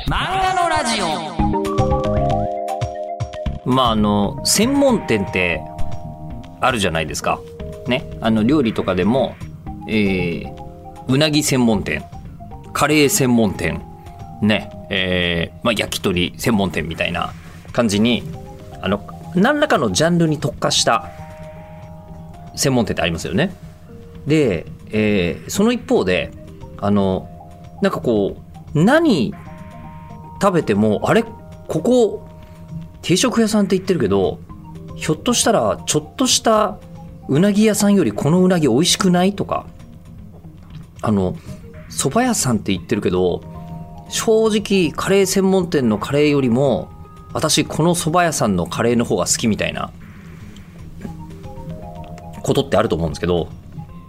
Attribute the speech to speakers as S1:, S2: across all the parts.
S1: 漫画のラジオ。
S2: 専門店ってあるじゃないですかね。料理とかでも、うなぎ専門店、カレー専門店ね、焼き鳥専門店みたいな感じに何らかのジャンルに特化した専門店ってありますよね。で、その一方でなんかこう何食べてもあれここ定食屋さんって言ってるけどひょっとしたらちょっとしたうなぎ屋さんよりこのうなぎ美味しくないとか蕎麦屋さんって言ってるけど正直カレー専門店のカレーよりも私この蕎麦屋さんのカレーの方が好きみたいなことってあると思うんですけど、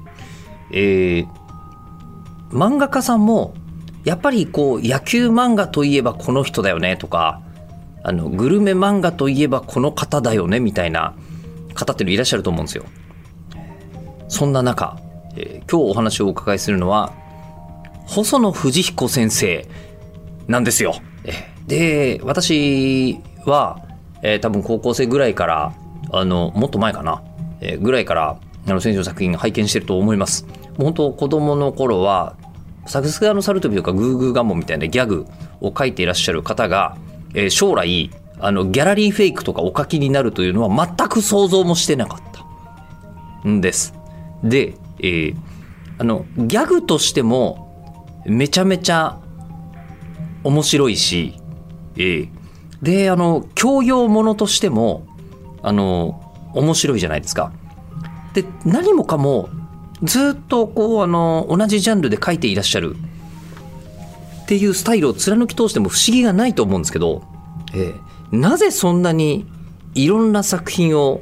S2: 漫画家さんもやっぱりこう野球漫画といえばこの人だよねとかグルメ漫画といえばこの方だよねみたいな方っていうのいらっしゃると思うんですよ。そんな中、今日お話をお伺いするのは細野藤彦先生なんですよ。で私は、多分高校生ぐらいからもっと前かな、ぐらいから先生の作品拝見してると思います。本当子供の頃はさすがのサルトビとかグーグーガモンみたいなギャグを書いていらっしゃる方が、将来ギャラリーフェイクとかお書きになるというのは全く想像もしてなかったんです。で、ギャグとしてもめちゃめちゃ面白いし、で教養ものとしても面白いじゃないですか。で何もかもずっとこう同じジャンルで書いていらっしゃるっていうスタイルを貫き通しても不思議がないと思うんですけど、なぜそんなにいろんな作品を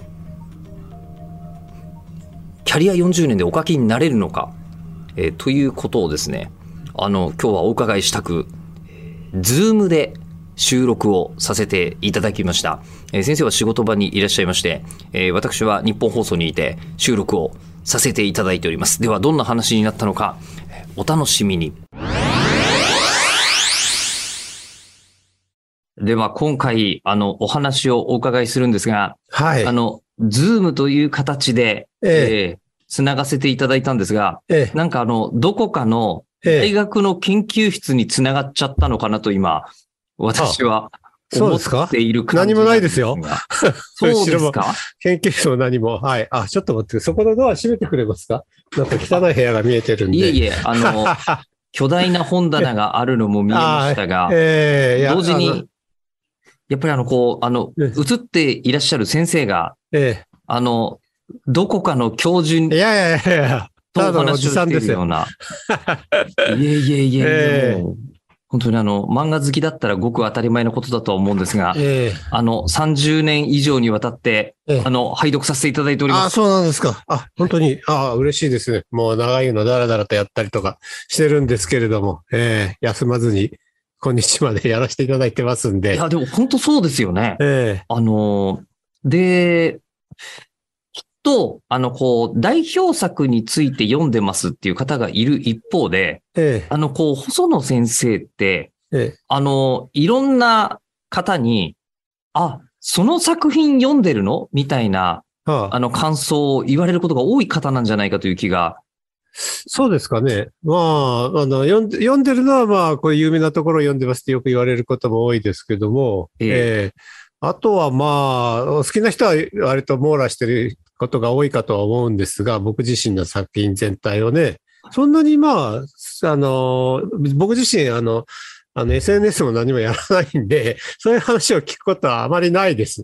S2: キャリア40年でお書きになれるのか、ということをですね今日はお伺いしたくZoom で収録をさせていただきました。先生は仕事場にいらっしゃいまして、私は日本放送にいて収録をさせていただいております。ではどんな話になったのかお楽しみに。では今回お話をお伺いするんですが、はい、Zoom という形で、つながせていただいたんですが、なんかどこかの大学の研究室につながっちゃったのかなと今私は思っている感じ
S3: 何もないですよ。
S2: そうですか。
S3: 研究室も何も。はい。ちょっと待って、そこのドア閉めてくれますか？なんか汚い部屋が見えてるんで。
S2: いえ、巨大な本棚があるのも見えましたが、同時に、やっぱり映っていらっしゃる先生が、どこかの教授とお話をしているような。いえ、本当に漫画好きだったらごく当たり前のことだとは思うんですが、30年以上にわたって、拝読させていただいております。
S3: そうなんですか。本当に、嬉しいですね。もう長いのだらだらとやったりとかしてるんですけれども、休まずに今日までやらせていただいてますんで。
S2: いや、でも本当そうですよね。で、代表作について読んでますっていう方がいる一方で、細野先生って、いろんな方に、その作品読んでるのみたいな、感想を言われることが多い方なんじゃないかという気が。
S3: そうですかね。読んでるのは、こういう有名なところを読んでますってよく言われることも多いですけども、あとは好きな人は割と網羅してることが多いかとは思うんですが、僕自身の作品全体をね、そんなに僕自身SNS も何もやらないんで、そういう話を聞くことはあまりないです。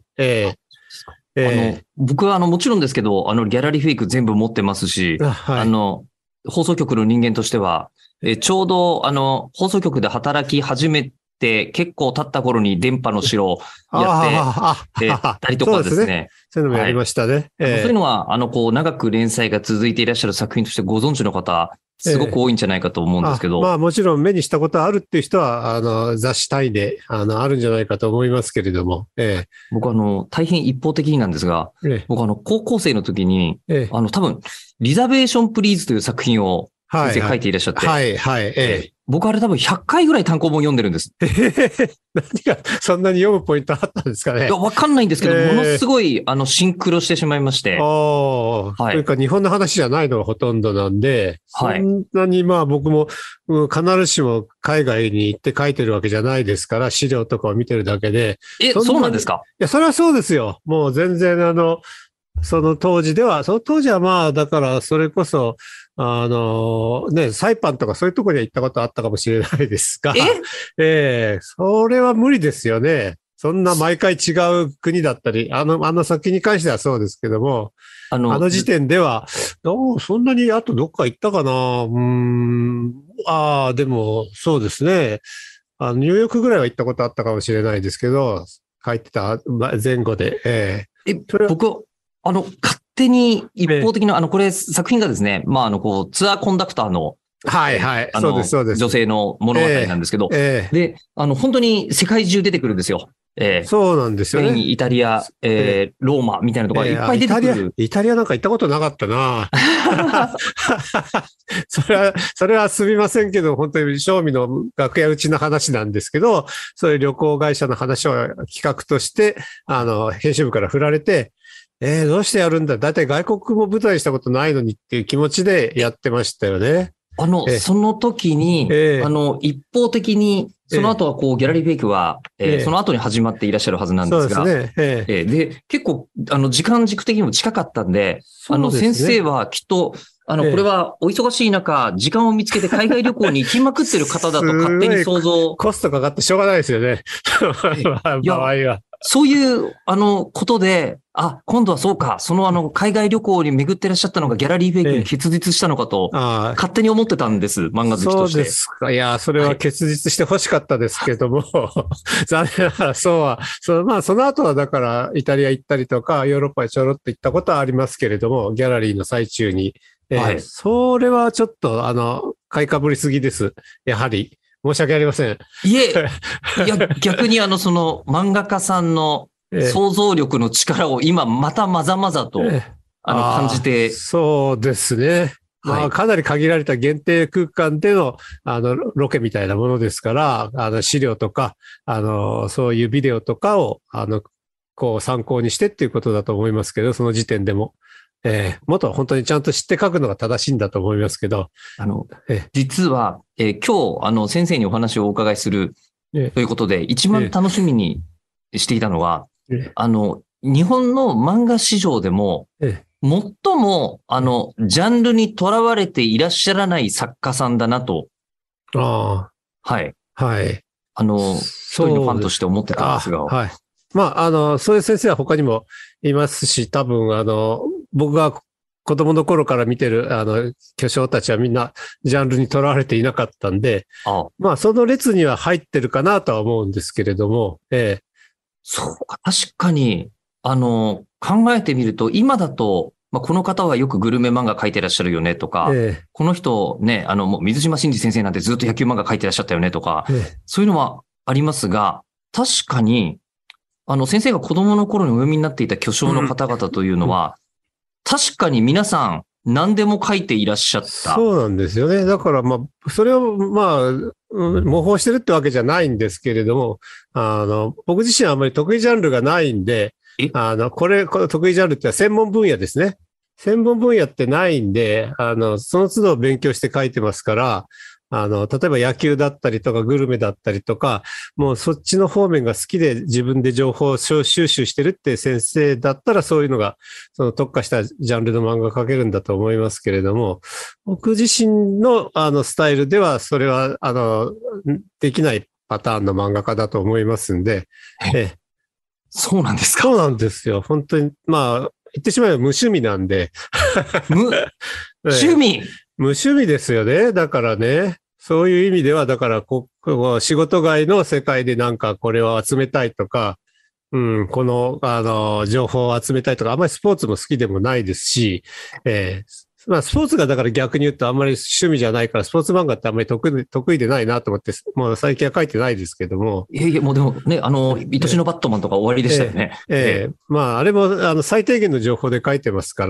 S2: 僕はもちろんですけど、ギャラリーフェイク全部持ってますし、放送局の人間としては、ちょうど放送局で働き始めて結構経った頃に電波の城をやってたりとかですね。
S3: そういうのもやりましたね。
S2: そういうのは、長く連載が続いていらっしゃる作品としてご存知の方、すごく多いんじゃないかと思うんですけど。
S3: もちろん目にしたことあるっていう人は、雑誌単位で、あるんじゃないかと思いますけれども。
S2: 僕大変一方的になんですが、僕高校生の時に、多分、リザベーションプリーズという作品を先生書いていらっしゃって。
S3: はい、はい、
S2: 僕あれ多分100回ぐらい単行本読んでるんです。
S3: 何がそんなに読むポイントあったんですかね。
S2: いや、わかんないんですけど、ものすごい、シンクロしてしまいまして。
S3: はい。というか、日本の話じゃないのがほとんどなんで、はい。そんなに僕も、必ずしも海外に行って書いてるわけじゃないですから、資料とかを見てるだけで。
S2: そうなんですか？
S3: いや、それはそうですよ。もう全然その当時はだからそれこそ、サイパンとかそういうところには行ったことあったかもしれないですが、それは無理ですよね。そんな毎回違う国だったり、あの先に関してはそうですけども、あの時点では、そんなにあとどっか行ったかな。でもそうですね。ニューヨークぐらいは行ったことあったかもしれないですけど、書いてた前後で、
S2: 僕、勝手に一方的な、これ作品がですね、ツアーコンダクターの、
S3: はいはい。そうです、そうです。
S2: 女性の物語なんですけど、で、本当に世界中出てくるんですよ。
S3: そうなんですよね。
S2: スペイン、イタリア、ローマみたいなところがいっぱい出てくる。
S3: イタリアなんか行ったことなかったなそれはすみませんけど、本当に正味の楽屋打ちの話なんですけど、そういう旅行会社の話を企画として、編集部から振られて、どうしてやるんだ？だいたい外国も舞台したことないのにっていう気持ちでやってましたよね。
S2: その時に、一方的に、その後はギャラリーフェイクは、その後に始まっていらっしゃるはずなんですが、
S3: そうですね。
S2: で、結構、時間軸的にも近かったんで、先生はきっと、これはお忙しい中、時間を見つけて海外旅行に行きまくってる方だと勝手に想像。
S3: コストかかってしょうがないですよね。場合は。
S2: そういう、ことで、今度はそうか、海外旅行に巡ってらっしゃったのがギャラリーフェイクに結実したのかと、勝手に思ってたんです、漫画好きとして。
S3: そうですか。いや、それは結実して欲しかったですけども、残念ながらその後はだから、イタリア行ったりとか、ヨーロッパへちょろっと行ったことはありますけれども、ギャラリーの最中に。それはちょっと、買いかぶりすぎです。やはり。申し訳ありません。
S2: いや、逆に漫画家さんの想像力の力を今またまざまざと、感じて。
S3: そうですね。かなり限られた限定空間での、ロケみたいなものですから、資料とか、そういうビデオとかを、参考にしてっていうことだと思いますけど、その時点でも。もっと本当にちゃんと知って書くのが正しいんだと思いますけど。
S2: 実は、今日、先生にお話をお伺いするということで、一番楽しみにしていたのは、日本の漫画市場でも、最も、ジャンルにとらわれていらっしゃらない作家さんだなと。はい。
S3: はい。
S2: 一人のファンとして思ってたんですが。
S3: はい。そういう先生は他にもいますし、多分、僕が子供の頃から見てる、巨匠たちはみんなジャンルにとらわれていなかったんで、その列には入ってるかなとは思うんですけれども、
S2: そうか、確かに、考えてみると、今だと、この方はよくグルメ漫画描いてらっしゃるよねとか、この人ね、もう水島新司先生なんてずっと野球漫画描いてらっしゃったよねとか、そういうのはありますが、確かに、先生が子供の頃にお読みになっていた巨匠の方々というのは、確かに皆さん何でも書いていらっしゃった。
S3: そうなんですよね。だからそれを模倣してるってわけじゃないんですけれども、僕自身はあまり得意ジャンルがないんで、これ得意ジャンルってのは専門分野ですね。専門分野ってないんで、その都度勉強して書いてますから、例えば野球だったりとかグルメだったりとか、もうそっちの方面が好きで自分で情報を収集してるって先生だったらそういうのが、その特化したジャンルの漫画が描けるんだと思いますけれども、僕自身のスタイルではそれは、できないパターンの漫画家だと思いますんで。
S2: そうなんですか？
S3: そうなんですよ。本当に、言ってしまえば無趣味なんで。
S2: 趣味
S3: 無趣味ですよね。だからね。そういう意味では、だから、仕事外の世界でなんかこれを集めたいとか、この、情報を集めたいとか、あんまりスポーツも好きでもないですし、 まあ、スポーツがだから逆に言うとあんまり趣味じゃないから、スポーツ漫画ってあんまり得意でないなと思って、もう最近は書いてないですけども。
S2: いやいや、もうでもね、愛しのバットマンとか終わりでしたよね。
S3: まあ、あれも、最低限の情報で書いてますから、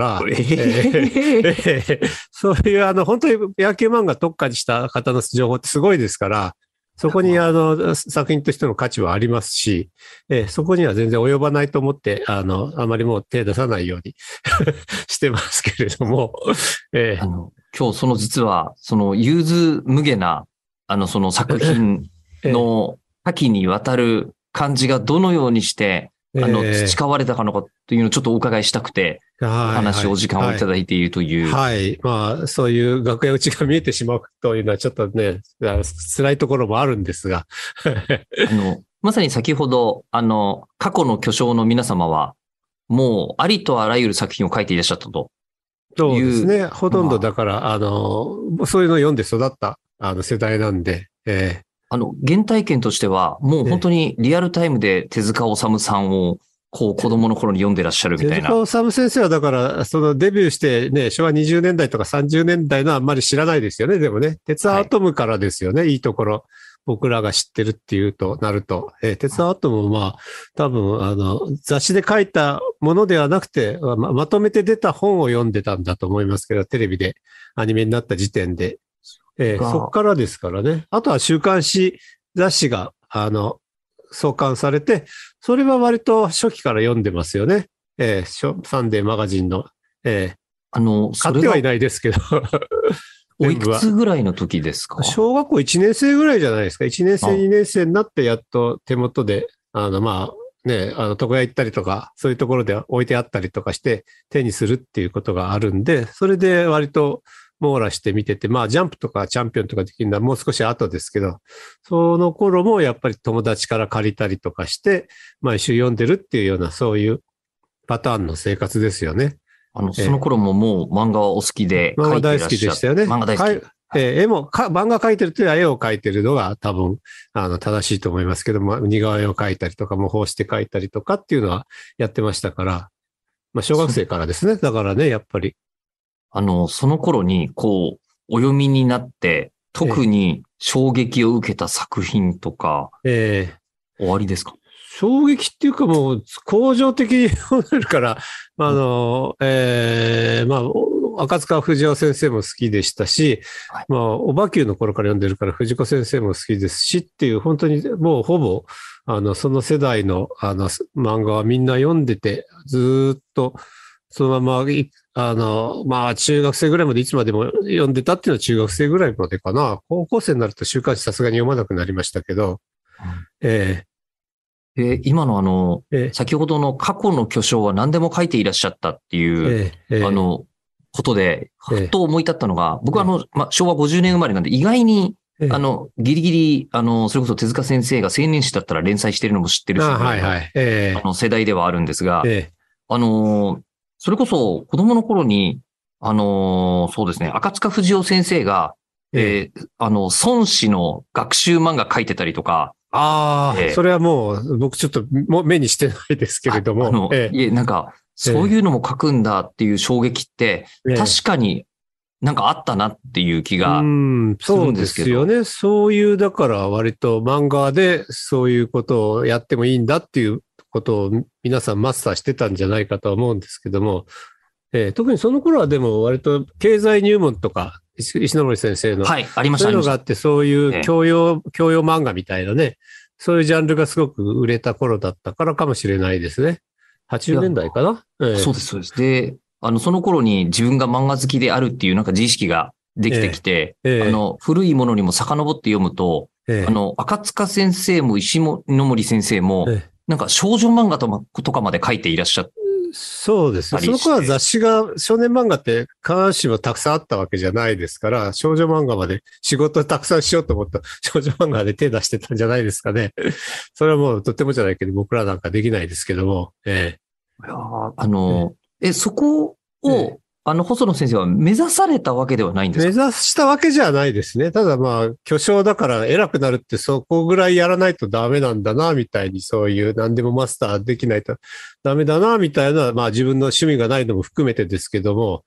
S3: そういう、本当に野球漫画特化にした方の情報ってすごいですから、そこに、作品としての価値はありますし、そこには全然及ばないと思って、あまりもう手出さないようにしてますけれども、
S2: 今日実は、融通無下な、その作品の多岐にわたる感じがどのようにして、培われたかのかというのをちょっとお伺いしたくて、お話をお時間をいただいているという。
S3: はい。まあ、そういう楽屋打ちが見えてしまうというのはちょっとね、辛いところもあるんですが。
S2: まさに先ほど、過去の巨匠の皆様は、もうありとあらゆる作品を書いていらっしゃったと。
S3: そうですね。ほとんどだから、そういうのを読んで育った、世代なんで、
S2: 原体験としては、もう本当にリアルタイムで手塚治虫さんを、子供の頃に読んでらっしゃるみたいな。
S3: 手塚治虫先生はだから、デビューしてね、昭和20年代とか30年代のあんまり知らないですよね、でもね。鉄アトムからですよね、いいところ。僕らが知ってるっていうとなると、鉄アトムも多分、雑誌で書いたものではなくて、まとめて出た本を読んでたんだと思いますけど、テレビでアニメになった時点で。そっからですからね。あとは週刊誌雑誌が、創刊されて、それは割と初期から読んでますよね。サンデーマガジンの。買ってはいないですけど。
S2: おいくつぐらいの時ですか？
S3: 小学校1年生ぐらいじゃないですか。1年生、2年生になってやっと手元で、まあ、ね、床屋行ったりとか、そういうところで置いてあったりとかして手にするっていうことがあるんで、それで割と網羅して見てて、まあジャンプとかチャンピオンとかできるのはもう少し後ですけど、その頃もやっぱり友達から借りたりとかして、毎週読んでるっていうようなそういうパターンの生活ですよね。
S2: その頃ももう漫画はお好きで
S3: 書いていらっしゃる。漫画大好きでしたよね。
S2: 漫画大好き。
S3: 漫画描いてるという絵を描いてるのが多分、正しいと思いますけども、似顔絵を描いたりとか、模倣して描いたりとかっていうのはやってましたから、まあ、小学生からですね。だからね、やっぱり。
S2: その頃に、お読みになって、特に衝撃を受けた作品とか、終わりですか？
S3: 衝撃っていうかもう、恒常的に読めるから、まあ、赤塚不二夫先生も好きでしたし、はい、まあ、おばきゅうの頃から読んでるから藤子先生も好きですしっていう、本当にもうほぼ、その世代の、漫画はみんな読んでて、ずーっと、そのまま、まあ、中学生ぐらいまでいつまでも読んでたっていうのは中学生ぐらいまでかな。高校生になると週刊誌さすがに読まなくなりましたけど、
S2: 今の先ほどの過去の巨匠は何でも書いていらっしゃったっていう、ことで、ふと思い立ったのが、僕は昭和50年生まれなんで、意外に、ギリギリ、それこそ手塚先生が青年誌だったら連載してるのも知ってるし、世代ではあるんですが、それこそ子供の頃に、そうですね、赤塚不二夫先生が、孫子の学習漫画書いてたりとか、
S3: それはもう、僕ちょっと目にしてないですけれども。
S2: なんか、そういうのも書くんだっていう衝撃って、確かになんかあったなっていう気がするんですけど。
S3: そうですよね。そういう、だから割と漫画でそういうことをやってもいいんだっていうことを皆さんマスターしてたんじゃないかと思うんですけども、特にその頃はでも割と経済入門とか、石森先生の。
S2: はい、ありました。
S3: そういうのがあって、そういう教養漫画みたいなね、そういうジャンルがすごく売れた頃だったからかもしれないですね。80年代かな、
S2: そうです、そうです。で、その頃に自分が漫画好きであるっていうなんか自意識ができてきて、古いものにも遡って読むと、赤塚先生も石森先生も、なんか少女漫画とかまで書いていらっしゃって、
S3: そうですね。その頃は雑誌が、少年漫画って必ずしもたくさんあったわけじゃないですから、少女漫画まで仕事たくさんしようと思った少女漫画で手出してたんじゃないですかね。それはもうとってもじゃないけど、僕らなんかできないですけども。
S2: そこを、細野先生は目指されたわけではないんですか？
S3: 目指したわけじゃないですね。ただまあ、巨匠だから偉くなるってそこぐらいやらないとダメなんだな、みたいにそういう何でもマスターできないとダメだな、みたいな、まあ自分の趣味がないのも含めてですけども、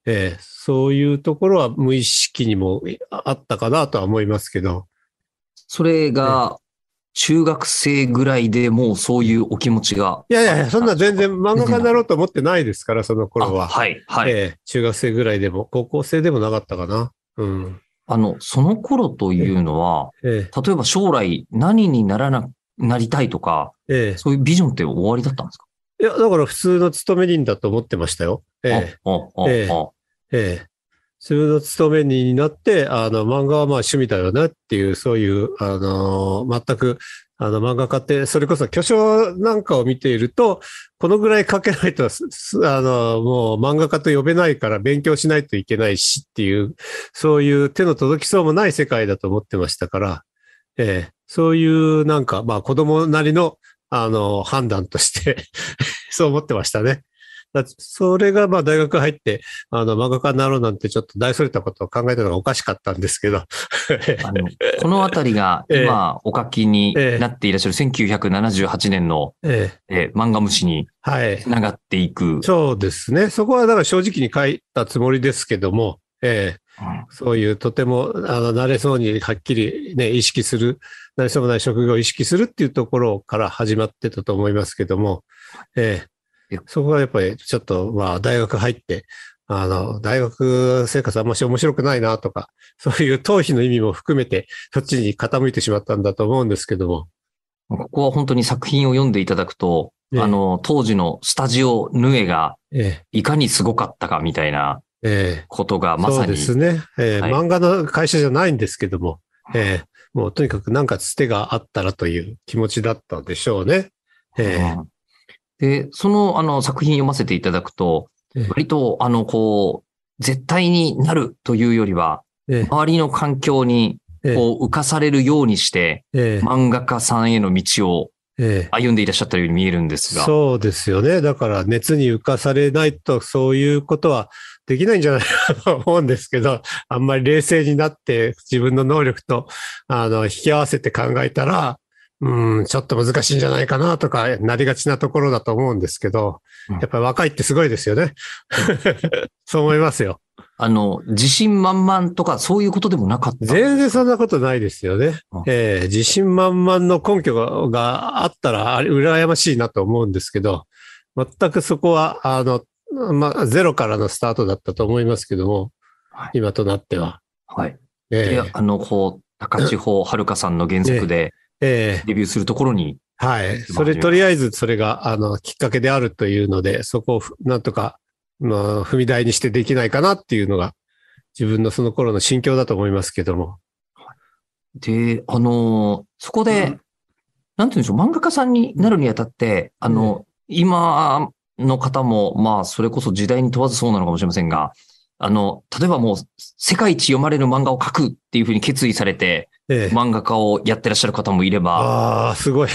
S3: そういうところは無意識にもあったかなとは思いますけど。
S2: それが、中学生ぐらいでもうそういうお気持ちが。
S3: いやいやいや、そんな全然漫画家になろうと思ってないですから、その頃は。
S2: はい、はい。
S3: 中学生ぐらいでも、高校生でもなかったかな。うん。
S2: その頃というのは、
S3: え
S2: 例えば将来何になりたいとか、
S3: え
S2: そういうビジョンって終わりだったんですか？
S3: いや、だから普通の勤め人だと思ってましたよ。ええ普通の勤め人になって、漫画はまあ趣味だよなっていう、そういう、全く、漫画家って、それこそ巨匠なんかを見ていると、このぐらい描けないと、もう漫画家と呼べないから勉強しないといけないしっていう、そういう手の届きそうもない世界だと思ってましたから、そういうなんか、まあ子供なりの、判断としてそう思ってましたね。それがまあ大学入って、漫画家になろうなんてちょっと大それたことを考えたのがおかしかったんですけど。
S2: このあたりが今お書きにな
S3: え
S2: っていらっしゃる1978年の、漫画虫につながっていく。
S3: そうですね。そこはだから正直に書いたつもりですけども、そういうとても、慣れそうにはっきりね、意識する、慣れそうもない職業を意識するっていうところから始まってたと思いますけども、そこはやっぱりちょっと、まあ、大学入って、大学生活あんまし面白くないなとか、そういう逃避の意味も含めて、そっちに傾いてしまったんだと思うんですけども。
S2: ここは本当に作品を読んでいただくと、当時のスタジオヌエが、いかにすごかったかみたいなことがまさに。
S3: そうですね。漫画の会社じゃないんですけども、もうとにかくなんかつてがあったらという気持ちだったでしょうね。
S2: で、その作品読ませていただくと、割と絶対になるというよりは、周りの環境に浮かされるようにして、漫画家さんへの道を歩んでいらっしゃったように見えるんですが。
S3: そうですよね。だから熱に浮かされないとそういうことはできないんじゃないかと思うんですけど、あんまり冷静になって自分の能力と引き合わせて考えたら、ちょっと難しいんじゃないかなとかなりがちなところだと思うんですけど、やっぱり若いってすごいですよね。そう思いますよ。
S2: 自信満々とかそういうことでもなかった。
S3: 全然そんなことないですよね。自信満々の根拠があったら、羨ましいなと思うんですけど、全くそこは、ゼロからのスタートだったと思いますけども、今となっては。
S2: はい。で、高千穂遥さんの原作で、デビューするところに。
S3: はい。とりあえずそれが、きっかけであるというので、そこをなんとか、踏み台にしてできないかなっていうのが、自分のその頃の心境だと思いますけども。
S2: で、そこで、なんていうんでしょう、漫画家さんになるにあたって、今の方も、まあ、それこそ時代に問わずそうなのかもしれませんが、例えばもう、世界一読まれる漫画を描くっていうふうに決意されて、漫画家をやってらっしゃる方もいれば。
S3: ああ、すごい。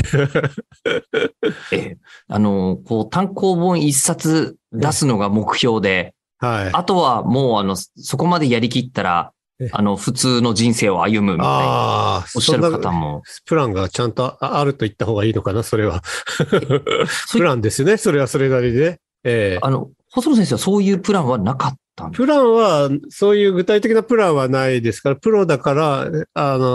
S2: 単行本一冊出すのが目標で、あとはもうそこまでやりきったら、普通の人生を歩むみたいな、おっしゃる方も。
S3: プランがちゃんとあると言った方がいいのかな、それは。プランですね、それはそれなりで。
S2: 細野先生はそういうプランはなかったんですか？
S3: プランは、そういう具体的なプランはないですから、プロだから、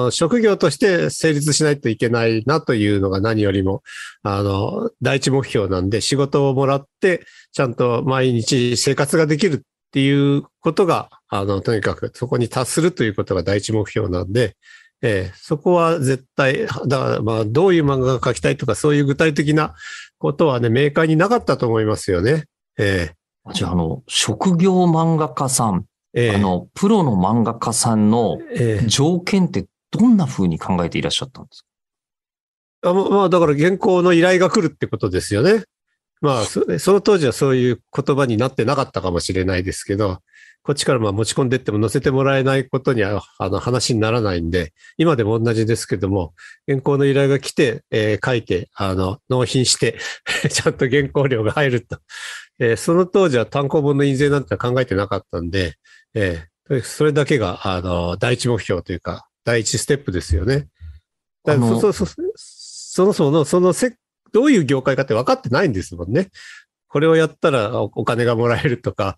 S3: 職業として成立しないといけないなというのが何よりも、第一目標なんで、仕事をもらって、ちゃんと毎日生活ができるっていうことが、とにかくそこに達するということが第一目標なんで、そこは絶対、だからまあ、どういう漫画が描きたいとか、そういう具体的なことはね、明快になかったと思いますよね。
S2: じゃあ、職業漫画家さん、プロの漫画家さんの条件ってどんな風に考えていらっしゃったんです
S3: か？まあ、だから原稿の依頼が来るってことですよね。まあ、その当時はそういう言葉になってなかったかもしれないですけど、こっちからまあ持ち込んでっても載せてもらえないことには、話にならないんで、今でも同じですけども、原稿の依頼が来て、書いて、納品して、ちゃんと原稿料が入ると。その当時は単行本の印税なんて考えてなかったんで、それだけが、第一目標というか、第一ステップですよね。そもそもどういう業界かって分かってないんですもんね。これをやったらお金がもらえるとか、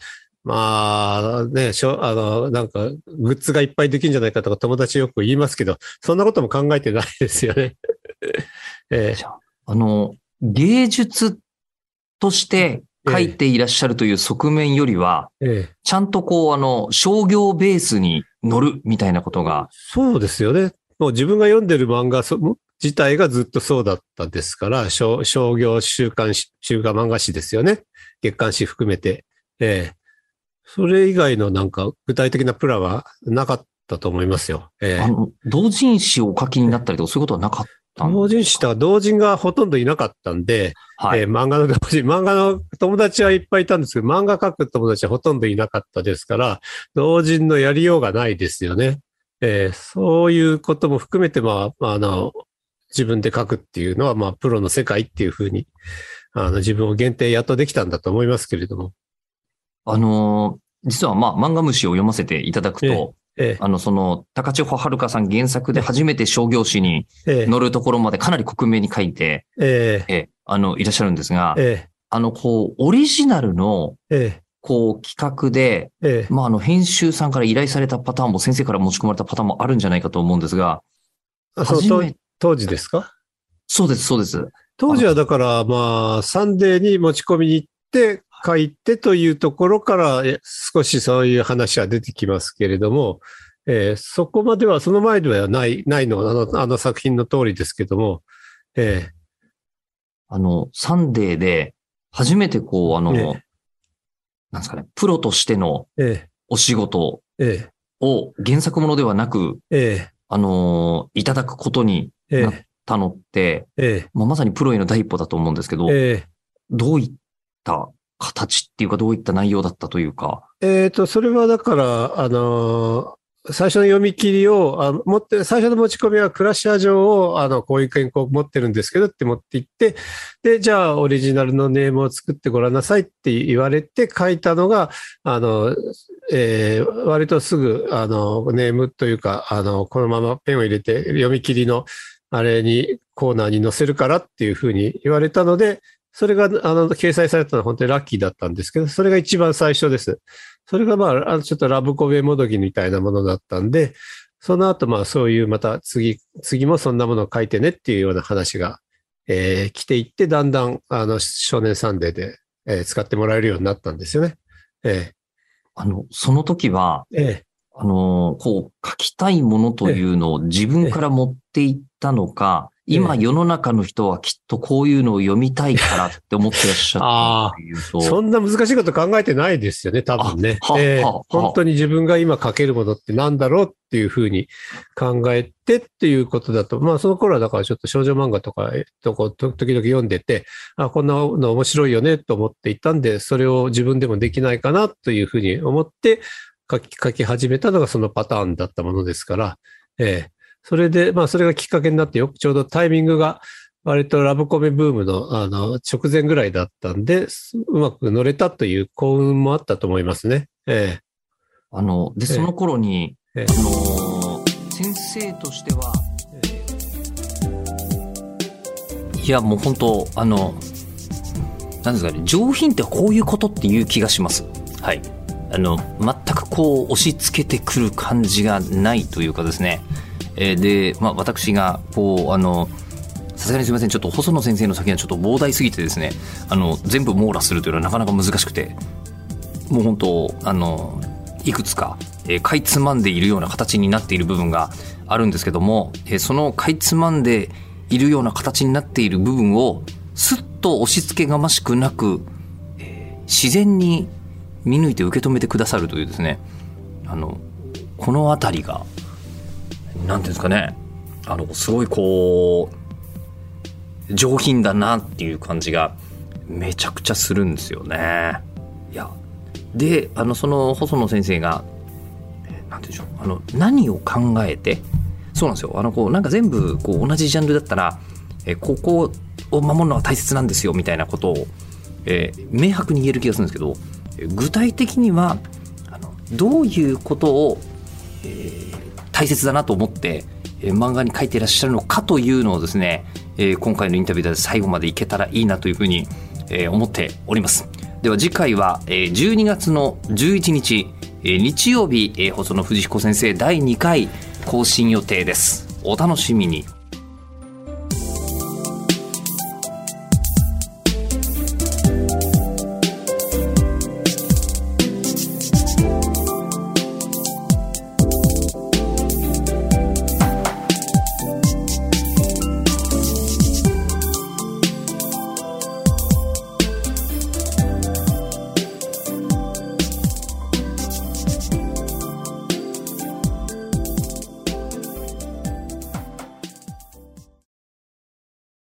S3: まあね、なんか、グッズがいっぱいできるんじゃないかとか友達よく言いますけど、そんなことも考えてないですよね。
S2: じゃあ、芸術として書いていらっしゃるという側面よりは、ちゃんと商業ベースに乗るみたいなことが。
S3: そうですよね。もう自分が読んでる漫画自体がずっとそうだったですから、商業週刊漫画誌ですよね。月刊誌含めて。それ以外のなんか具体的なプランはなかったと思いますよ。
S2: 同人誌をお書きになったりとかそういうことはなかったんですか？
S3: 同人誌とは同人がほとんどいなかったんで、
S2: はい、
S3: 漫画の友達はいっぱいいたんですけど、漫画描く友達はほとんどいなかったですから、同人のやりようがないですよね。そういうことも含めて、自分で書くっていうのは、プロの世界っていうふうに、自分を限定やっとできたんだと思いますけれども。
S2: 実は漫画虫を読ませていただくと、高千穂遥さん原作で初めて商業誌に載るところまでかなり克明に書いて、いらっしゃるんですが、オリジナルの、企画で、編集さんから依頼されたパターンも先生から持ち込まれたパターンもあるんじゃないかと思うんですが、
S3: 当時ですか？
S2: そうです、そうです。
S3: 当時はだから、サンデーに持ち込みに行って書いてというところから少しそういう話は出てきますけれども、そこまでは、その前ではないの、あの作品の通りですけども、
S2: サンデーで初めてなんですかね、プロとしてのお仕事を原作ものではなく、いただくことになったのって、まさにプロへの第一歩だと思うんですけど、どういった形っていうか、どういった内容だったというか。
S3: それはだから、最初の読み切りを、最初の持ち込みはクラッシャー上を、こういう原稿を持ってるんですけどって持って行って、で、じゃあオリジナルのネームを作ってごらんなさいって言われて書いたのが、割とすぐ、ネームというか、このままペンを入れて読み切りのあれにコーナーに載せるからっていうふうに言われたので、それが、掲載されたのは本当にラッキーだったんですけど、それが一番最初です。それがちょっとラブコメもどきみたいなものだったんで、その後そういうまた次もそんなものを書いてねっていうような話が、来ていって、だんだん、少年サンデーで、使ってもらえるようになったんですよね。
S2: その時は、書きたいものというのを自分から持っていったのか、今世の中の人はきっとこういうのを読みたいからって思ってらっしゃったっていうと。
S3: そんな難しいこと考えてないですよね、多分ね。本当に自分が今書けるものって何だろうっていうふうに考えてっていうことだと、その頃はだからちょっと少女漫画とか、時々読んでて、こんなの面白いよねと思っていたんで、それを自分でもできないかなというふうに思って書き始めたのがそのパターンだったものですから、それで、それがきっかけになってちょうどタイミングが割とラブコメブームの、直前ぐらいだったんで、うまく乗れたという幸運もあったと思いますね。
S2: で、その頃に、先生としては、いや、もう本当、なんですかね、上品ってこういうことっていう気がします。はい。全く押し付けてくる感じがないというかですね。で、私がさすがにすみません、ちょっと細野先生の作品はちょっと膨大すぎてですね、全部網羅するというのはなかなか難しくて、もう本当いくつか、かいつまんでいるような形になっている部分があるんですけども、そのかいつまんでいるような形になっている部分をすっと押し付けがましくなく、自然に見抜いて受け止めてくださるというですね、このあたりがなんていうんですかね、すごい上品だなっていう感じがめちゃくちゃするんですよね。いやでその細野先生がなんていうんでしょう、何を考えて、そうなんですよ、なんか全部同じジャンルだったら、ここを守るのは大切なんですよみたいなことを、明白に言える気がするんですけど、具体的にはどういうことを、大切だなと思って、漫画に書いていらっしゃるのかというのをですね、今回のインタビューで最後までいけたらいいなというふうに、思っております。 では次回は12月の11日日曜日放送の藤彦先生第2回更新予定です。お楽しみに。